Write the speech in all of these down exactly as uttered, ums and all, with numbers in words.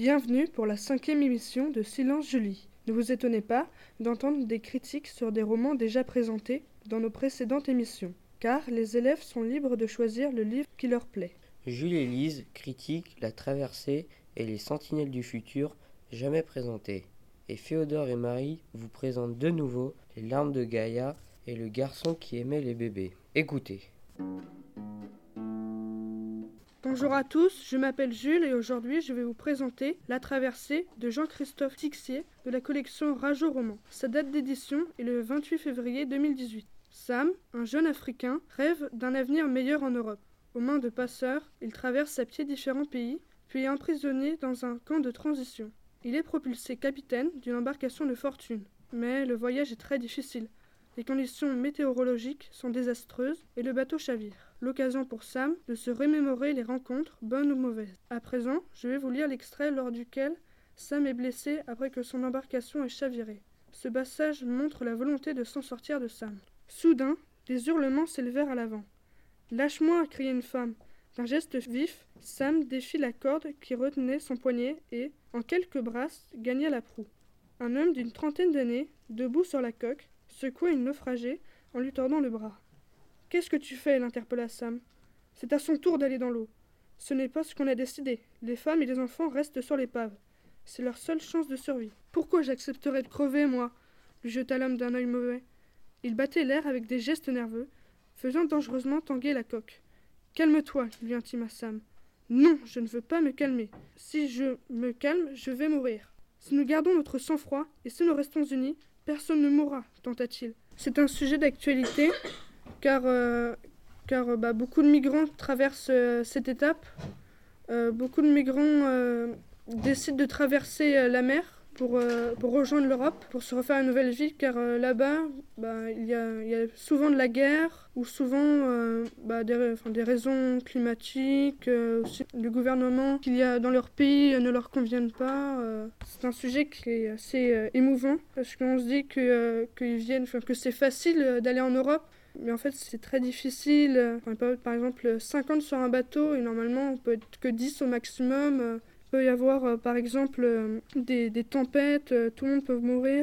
Bienvenue pour la cinquième émission de Silence je lis. Ne vous étonnez pas d'entendre des critiques sur des romans déjà présentés dans nos précédentes émissions, car les élèves sont libres de choisir le livre qui leur plaît. Jules et Lise critiquent La Traversée et Les Sentinelles du Futur, jamais présentés. Et Féodore et Marie vous présentent de nouveau Les Larmes de Gaïa et Le Garçon qui aimait les bébés. Écoutez. Bonjour à tous, je m'appelle Jules et aujourd'hui je vais vous présenter La Traversée de Jean-Christophe Tixier de la collection Rageot Roman. Sa date d'édition est le vingt-huit février deux mille dix-huit. Sam, un jeune Africain, rêve d'un avenir meilleur en Europe. Aux mains de passeurs, il traverse à pied différents pays, puis est emprisonné dans un camp de transition. Il est propulsé capitaine d'une embarcation de fortune. Mais le voyage est très difficile. Les conditions météorologiques sont désastreuses et le bateau chavire. L'occasion pour Sam de se remémorer les rencontres, bonnes ou mauvaises. À présent, je vais vous lire l'extrait lors duquel Sam est blessé après que son embarcation ait chaviré. Ce passage montre la volonté de s'en sortir de Sam. Soudain, des hurlements s'élevèrent à l'avant. « Lâche-moi » criait une femme. D'un geste vif, Sam défit la corde qui retenait son poignet et, en quelques brasses, gagna la proue. Un homme d'une trentaine d'années, debout sur la coque, secoua une naufragée en lui tordant le bras. « Qu'est-ce que tu fais » l'interpella Sam. « C'est à son tour d'aller dans l'eau. Ce n'est pas ce qu'on a décidé. Les femmes et les enfants restent sur l'épave. C'est leur seule chance de survie. »« Pourquoi j'accepterais de crever, moi ?» lui jeta l'homme d'un œil mauvais. Il battait l'air avec des gestes nerveux, faisant dangereusement tanguer la coque. « Calme-toi » lui intima Sam. « Non, je ne veux pas me calmer. Si je me calme, je vais mourir. Si nous gardons notre sang-froid et si nous restons unis, personne ne mourra, tenta-t-il. C'est un sujet d'actualité, car, euh, car bah, beaucoup de migrants traversent euh, cette étape. Euh, beaucoup de migrants euh, décident de traverser euh, la mer pour, euh, pour rejoindre l'Europe, pour se refaire une nouvelle vie, car euh, là-bas, bah, il y a, il y a souvent de la guerre, ou souvent euh, bah, des, enfin, des raisons climatiques, euh, aussi le gouvernement qu'il y a dans leur pays euh, ne leur conviennent pas. Euh. C'est un sujet qui est assez euh, émouvant, parce qu'on se dit que, euh, qu'ils viennent, que c'est facile euh, d'aller en Europe, mais en fait c'est très difficile. Enfin, il peut être par exemple cinquante sur un bateau, et normalement on peut être que dix au maximum. Euh. Il peut y avoir euh, par exemple euh, des, des tempêtes, euh, tout le monde peut mourir.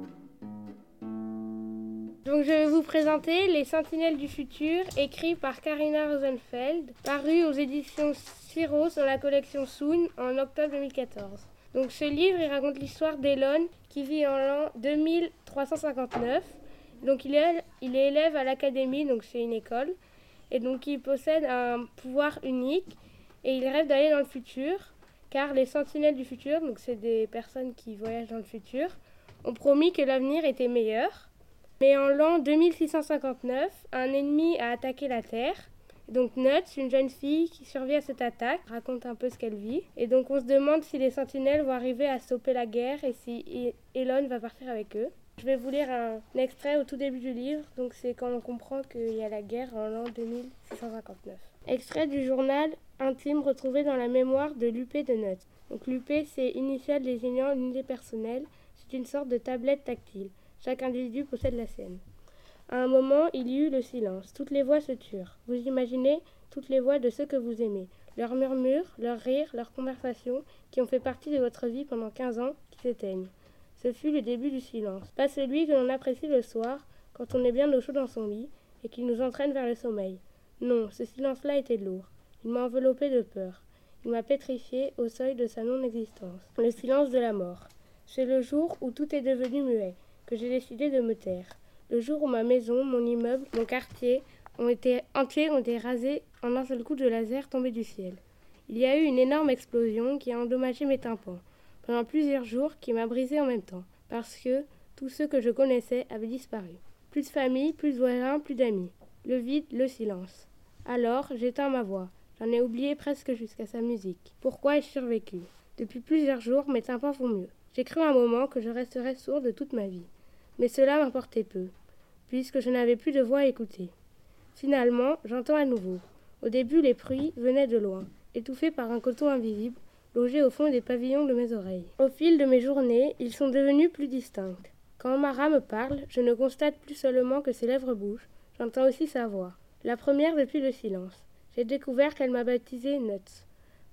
Donc je vais vous présenter Les Sentinelles du Futur, écrit par Karina Rosenfeld, paru aux éditions Syros dans la collection Soon en octobre deux mille quatorze. Donc ce livre il raconte l'histoire d'Elon qui vit en l'an deux mille trois cent cinquante-neuf. Donc il est, il est élève à l'académie, donc c'est une école, et donc il possède un pouvoir unique et il rêve d'aller dans le futur. Car les sentinelles du futur, donc c'est des personnes qui voyagent dans le futur, ont promis que l'avenir était meilleur. Mais en l'an deux mille six cent cinquante-neuf, un ennemi a attaqué la Terre. Donc Nuts, une jeune fille qui survit à cette attaque, raconte un peu ce qu'elle vit. Et donc on se demande si les sentinelles vont arriver à stopper la guerre et si Elon va partir avec eux. Je vais vous lire un extrait au tout début du livre, donc c'est quand on comprend qu'il y a la guerre en l'an deux mille six cent cinquante-neuf. Extrait du journal intime retrouvé dans la mémoire de l'U P de Nuts. Donc l'U P, c'est initiale désignant l'unité personnelle, c'est une sorte de tablette tactile. Chaque individu possède la sienne. À un moment, il y eut le silence. Toutes les voix se turent. Vous imaginez toutes les voix de ceux que vous aimez, leurs murmures, leurs rires, leurs conversations, qui ont fait partie de votre vie pendant quinze ans, qui s'éteignent. Ce fut le début du silence. Pas celui que l'on apprécie le soir, quand on est bien au chaud dans son lit, et qui nous entraîne vers le sommeil. Non, ce silence-là était lourd. Il m'a enveloppé de peur. Il m'a pétrifié au seuil de sa non-existence. Le silence de la mort. C'est le jour où tout est devenu muet, que j'ai décidé de me taire. Le jour où ma maison, mon immeuble, mon quartier ont été, entiers ont été rasés en un seul coup de laser tombé du ciel. Il y a eu une énorme explosion qui a endommagé mes tympans. Pendant plusieurs jours, qui m'a brisé en même temps, parce que tous ceux que je connaissais avaient disparu. Plus de famille, plus de voisins, plus d'amis. Le vide, le silence. Alors, j'éteins ma voix. J'en ai oublié presque jusqu'à sa musique. Pourquoi ai-je survécu ? Depuis plusieurs jours, mes tympans vont mieux. J'ai cru un moment que je resterais sourde toute ma vie. Mais cela m'importait peu, puisque je n'avais plus de voix à écouter. Finalement, j'entends à nouveau. Au début, les bruits venaient de loin, étouffés par un coton invisible, logé au fond des pavillons de mes oreilles. Au fil de mes journées, ils sont devenus plus distincts. Quand Mara me parle, je ne constate plus seulement que ses lèvres bougent, j'entends aussi sa voix. La première depuis le silence. J'ai découvert qu'elle m'a baptisé Nuts.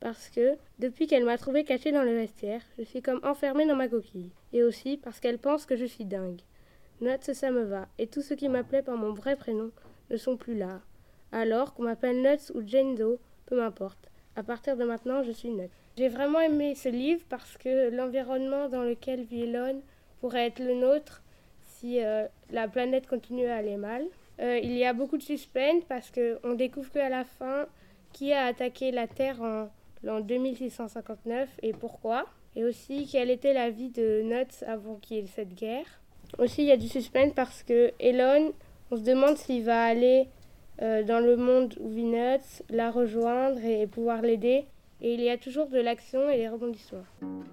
parce que, depuis qu'elle m'a trouvé cachée dans le vestiaire, je suis comme enfermée dans ma coquille. Et aussi parce qu'elle pense que je suis dingue. Nuts, ça me va, et tous ceux qui m'appelaient par mon vrai prénom ne sont plus là. Alors qu'on m'appelle Nuts ou Jane Doe, peu m'importe. À partir de maintenant, je suis Nuts. J'ai vraiment aimé ce livre parce que l'environnement dans lequel vit Elon pourrait être le nôtre si euh, la planète continue à aller mal. Euh, il y a beaucoup de suspense parce qu'on découvre qu'à la fin qui a attaqué la Terre en l'an deux mille six cent cinquante-neuf et pourquoi. Et aussi quelle était la vie de Nuts avant qu'il y ait cette guerre. Aussi il y a du suspense parce que Elon, on se demande s'il va aller euh, dans le monde où vit Nuts, la rejoindre et pouvoir l'aider. Et il y a toujours de l'action et des rebondissements.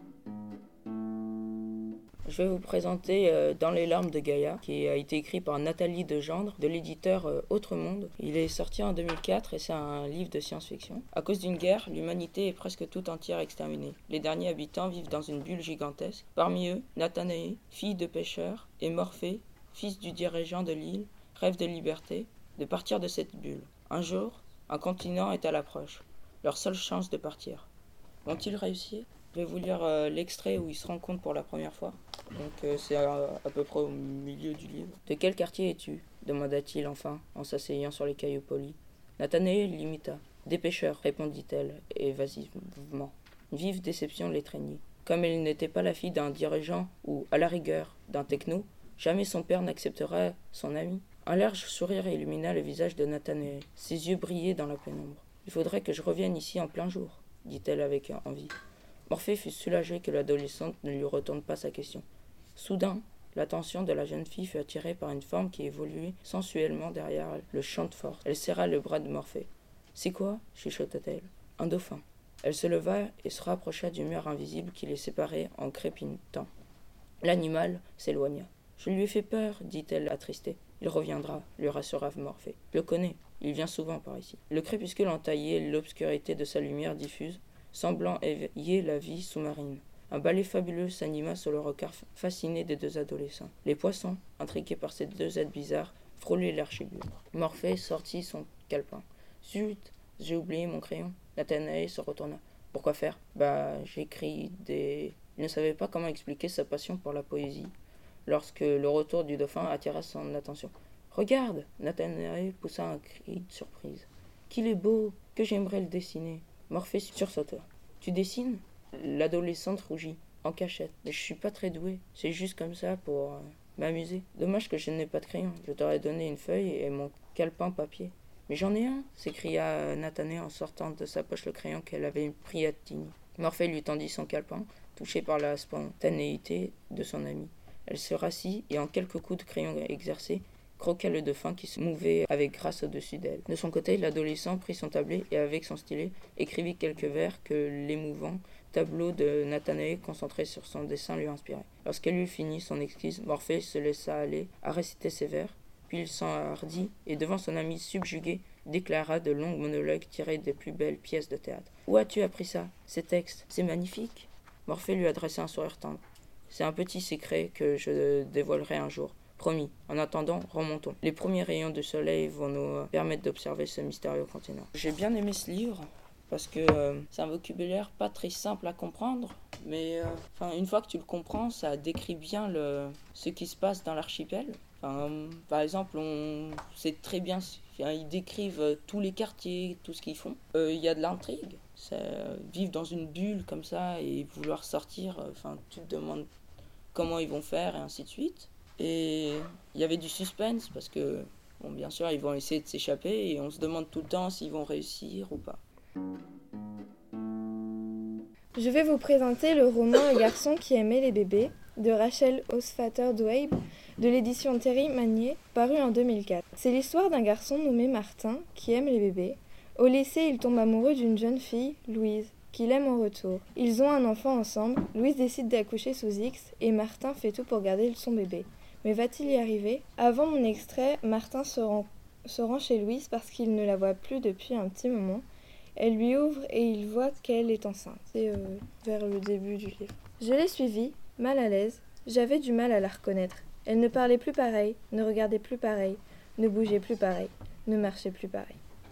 Je vais vous présenter euh, Dans les larmes de Gaïa, qui a été écrit par Nathalie Degendre, de l'éditeur euh, Autre Monde. Il est sorti en deux mille quatre et c'est un livre de science-fiction. À cause d'une guerre, l'humanité est presque tout entière exterminée. Les derniers habitants vivent dans une bulle gigantesque. Parmi eux, Nathanaé, fille de pêcheur, et Morphée, fils du dirigeant de l'île, rêve de liberté, de partir de cette bulle. Un jour, un continent est à l'approche. Leur seule chance de partir. Vont-ils réussir ? Je vais vous lire euh, l'extrait où ils se rencontrent pour la première fois. Donc euh, c'est à, à peu près au milieu du livre. « De quel quartier es-tu » demanda-t-il enfin, en s'asseyant sur les cailloux polis. Nathanaël l'imita. « Des pêcheurs » répondit-elle, évasivement. Une vive déception l'étreignit. Comme elle n'était pas la fille d'un dirigeant ou, à la rigueur, d'un techno, jamais son père n'acceptera son ami. Un large sourire illumina le visage de Nathanaël. Ses yeux brillaient dans la pénombre. « Il faudrait que je revienne ici en plein jour » dit-elle avec envie. Morphée fut soulagé que l'adolescente ne lui retourne pas sa question. Soudain, l'attention de la jeune fille fut attirée par une forme qui évoluait sensuellement derrière le champ de force. Elle serra le bras de Morphée. « C'est quoi » chuchota-t-elle. « Un dauphin. » Elle se leva et se rapprocha du mur invisible qui les séparait en crépitant. L'animal s'éloigna. « Je lui ai fait peur, dit-elle attristée. Il reviendra, lui rassura Morphée. Je le connais, il vient souvent par ici. Le crépuscule entaillait l'obscurité de sa lumière diffuse, semblant éveiller la vie sous-marine. Un ballet fabuleux s'anima sur le regard fasciné des deux adolescents. Les poissons, intrigués par ces deux êtres bizarres, frôlaient l'archibald. Morphée sortit son calepin. « Zut, j'ai oublié mon crayon. » Nathanaël se retourna. « Pourquoi faire ?»« Bah, j'écris des... » Il ne savait pas comment expliquer sa passion pour la poésie, lorsque le retour du dauphin attira son attention. « Regarde !» Nathanaël poussa un cri de surprise. « Qu'il est beau, que j'aimerais le dessiner !» Morphée sursauta. « Tu dessines ?» L'adolescente rougit, en cachette. « Mais je suis pas très douée, c'est juste comme ça pour euh, m'amuser. Dommage que je n'ai pas de crayon, je t'aurais donné une feuille et mon calepin papier. »« Mais j'en ai un !» s'écria Nathanaël en sortant de sa poche le crayon qu'elle avait pris à Tiny. Morphée lui tendit son calepin, touché par la spontanéité de son ami. Elle se rassit et en quelques coups de crayon exercés, croqua le dauphin qui se mouvait avec grâce au-dessus d'elle. De son côté, l'adolescent prit son tablé et avec son stylet écrivit quelques vers que l'émouvant tableau de Nathanaël concentré sur son dessin lui inspirait. Lorsqu'elle eut fini son exquise, Morphée se laissa aller à réciter ses vers, puis il s'enhardit et devant son ami subjugué, déclara de longs monologues tirés des plus belles pièces de théâtre. « Où as-tu appris ça ? Ces textes, c'est magnifique !» Morphée lui adressa un sourire tendre. « C'est un petit secret que je dévoilerai un jour. Promis. En attendant, remontons. Les premiers rayons du soleil vont nous permettre d'observer ce mystérieux continent. » J'ai bien aimé ce livre parce que euh, c'est un vocabulaire pas très simple à comprendre, mais euh, enfin, une fois que tu le comprends, ça décrit bien le, ce qui se passe dans l'archipel. Enfin, par exemple, on sait très bien, enfin, ils décrivent tous les quartiers, tout ce qu'ils font. Il euh, y a de l'intrigue. Ça, vivre dans une bulle comme ça et vouloir sortir, enfin, tu te demandes comment ils vont faire et ainsi de suite. Et il y avait du suspense parce que, bon, bien sûr, ils vont essayer de s'échapper et on se demande tout le temps s'ils vont réussir ou pas. Je vais vous présenter le roman Un garçon qui aimait les bébés de Rachel Osfater-Dweib de l'édition Terry Magnier, paru en deux mille quatre. C'est l'histoire d'un garçon nommé Martin qui aime les bébés. Au lycée, il tombe amoureux d'une jeune fille, Louise, qu'il aime en retour. Ils ont un enfant ensemble, Louise décide d'accoucher sous X et Martin fait tout pour garder son bébé. Mais va-t-il y arriver ? Avant mon extrait, Martin se rend, se rend chez Louise parce qu'il ne la voit plus depuis un petit moment. Elle lui ouvre et il voit qu'elle est enceinte. C'est euh, vers le début du livre. Je l'ai suivie, mal à l'aise. J'avais du mal à la reconnaître. Elle ne parlait plus pareil, ne regardait plus pareil, ne bougeait plus pareil, ne marchait plus pareil.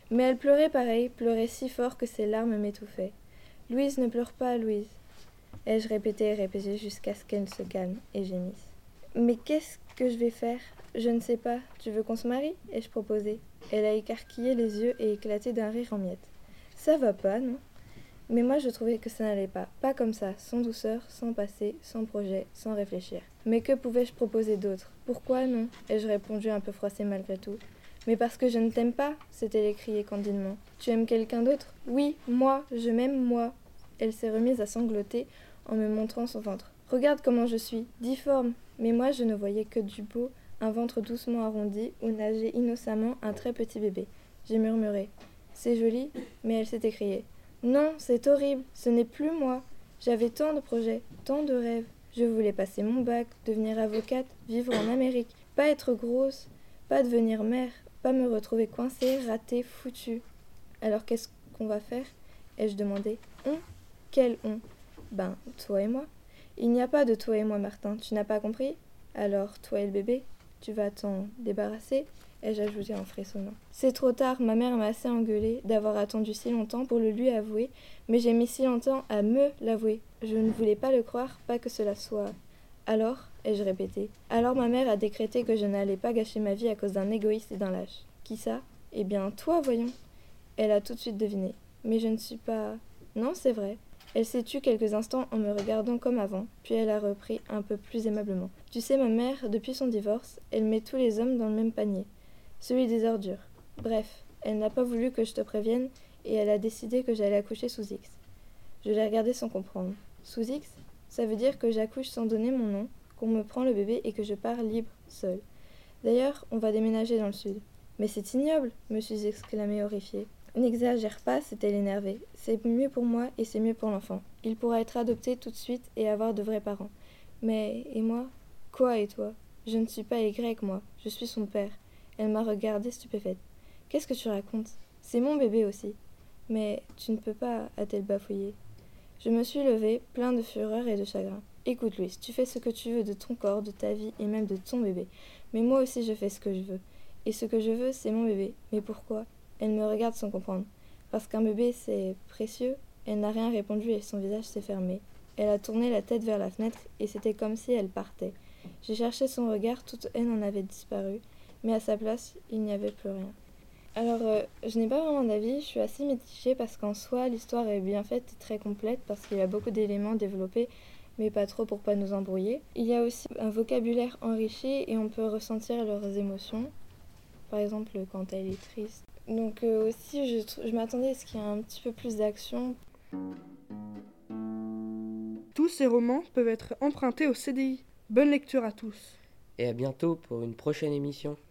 Mais elle pleurait pareil, pleurait si fort que ses larmes m'étouffaient. « Louise, ne pleure pas, Louise !» ai-je répété et répété jusqu'à ce qu'elle se calme et gémisse. « Mais qu'est-ce que je vais faire ? Je ne sais pas. Tu veux qu'on se marie ?» ai-je proposé. Elle a écarquillé les yeux et éclaté d'un rire en miettes. « Ça va pas, non ?» Mais moi je trouvais que ça n'allait pas, pas comme ça, sans douceur, sans passé, sans projet, sans réfléchir. Mais que pouvais-je proposer d'autre ? Pourquoi non ? ai-je répondu un peu froissée malgré tout. Mais parce que je ne t'aime pas, s'est-elle écriée candidement. Tu aimes quelqu'un d'autre ? Oui, moi, je m'aime moi. Elle s'est remise à sangloter en me montrant son ventre. Regarde comment je suis, difforme. Mais moi je ne voyais que du beau, un ventre doucement arrondi où nageait innocemment un très petit bébé. J'ai murmuré. C'est joli, mais elle s'est écriée. Non, c'est horrible, ce n'est plus moi. J'avais tant de projets, tant de rêves. Je voulais passer mon bac, devenir avocate, vivre en Amérique, pas être grosse, pas devenir mère, pas me retrouver coincée, ratée, foutue. Alors qu'est-ce qu'on va faire ? ai-je demandé. On ? Quel on ? Ben, toi et moi. Il n'y a pas de toi et moi, Martin, tu n'as pas compris ? Alors, toi et le bébé, tu vas t'en débarrasser ? ai-je ajouté en frissonnant. C'est trop tard, ma mère m'a assez engueulée d'avoir attendu si longtemps pour le lui avouer, mais j'ai mis si longtemps à me l'avouer. Je ne voulais pas le croire, pas que cela soit. Alors, ai-je répété. Alors ma mère a décrété que je n'allais pas gâcher ma vie à cause d'un égoïste et d'un lâche. Qui ça ? Eh bien, toi, voyons. Elle a tout de suite deviné. Mais je ne suis pas... Non, c'est vrai. Elle s'est tue quelques instants en me regardant comme avant, puis elle a repris un peu plus aimablement. Tu sais, ma mère, depuis son divorce, elle met tous les hommes dans le même panier. Celui des ordures. Bref, elle n'a pas voulu que je te prévienne et elle a décidé que j'allais accoucher sous X. Je l'ai regardé sans comprendre. Sous X ? Ça veut dire que j'accouche sans donner mon nom, qu'on me prend le bébé et que je pars libre, seule. D'ailleurs, on va déménager dans le sud. Mais c'est ignoble, me suis exclamée horrifiée. N'exagère pas, s'est-elle énervée. C'est mieux pour moi et c'est mieux pour l'enfant. Il pourra être adopté tout de suite et avoir de vrais parents. Mais, et moi ? Quoi et toi ? Je ne suis pas Y, moi. Je suis son père. Elle m'a regardée stupéfaite. « Qu'est-ce que tu racontes ? C'est mon bébé aussi. »« Mais tu ne peux pas, a-t-elle bafouillé. Je me suis levée, plein de fureur et de chagrin. « Écoute, Louise, tu fais ce que tu veux de ton corps, de ta vie et même de ton bébé. Mais moi aussi je fais ce que je veux. Et ce que je veux, c'est mon bébé. Mais pourquoi ?» Elle me regarde sans comprendre. « Parce qu'un bébé, c'est précieux ?» Elle n'a rien répondu et son visage s'est fermé. Elle a tourné la tête vers la fenêtre et c'était comme si elle partait. J'ai cherché son regard, toute haine en avait disparu. Mais à sa place, il n'y avait plus rien. Alors, euh, je n'ai pas vraiment d'avis, je suis assez mitigée parce qu'en soi, l'histoire est bien faite et très complète parce qu'il y a beaucoup d'éléments développés, mais pas trop pour pas nous embrouiller. Il y a aussi un vocabulaire enrichi et on peut ressentir leurs émotions, par exemple quand elle est triste. Donc euh, aussi, je, je m'attendais à ce qu'il y ait un petit peu plus d'action. Tous ces romans peuvent être empruntés au C D I. Bonne lecture à tous. Et à bientôt pour une prochaine émission.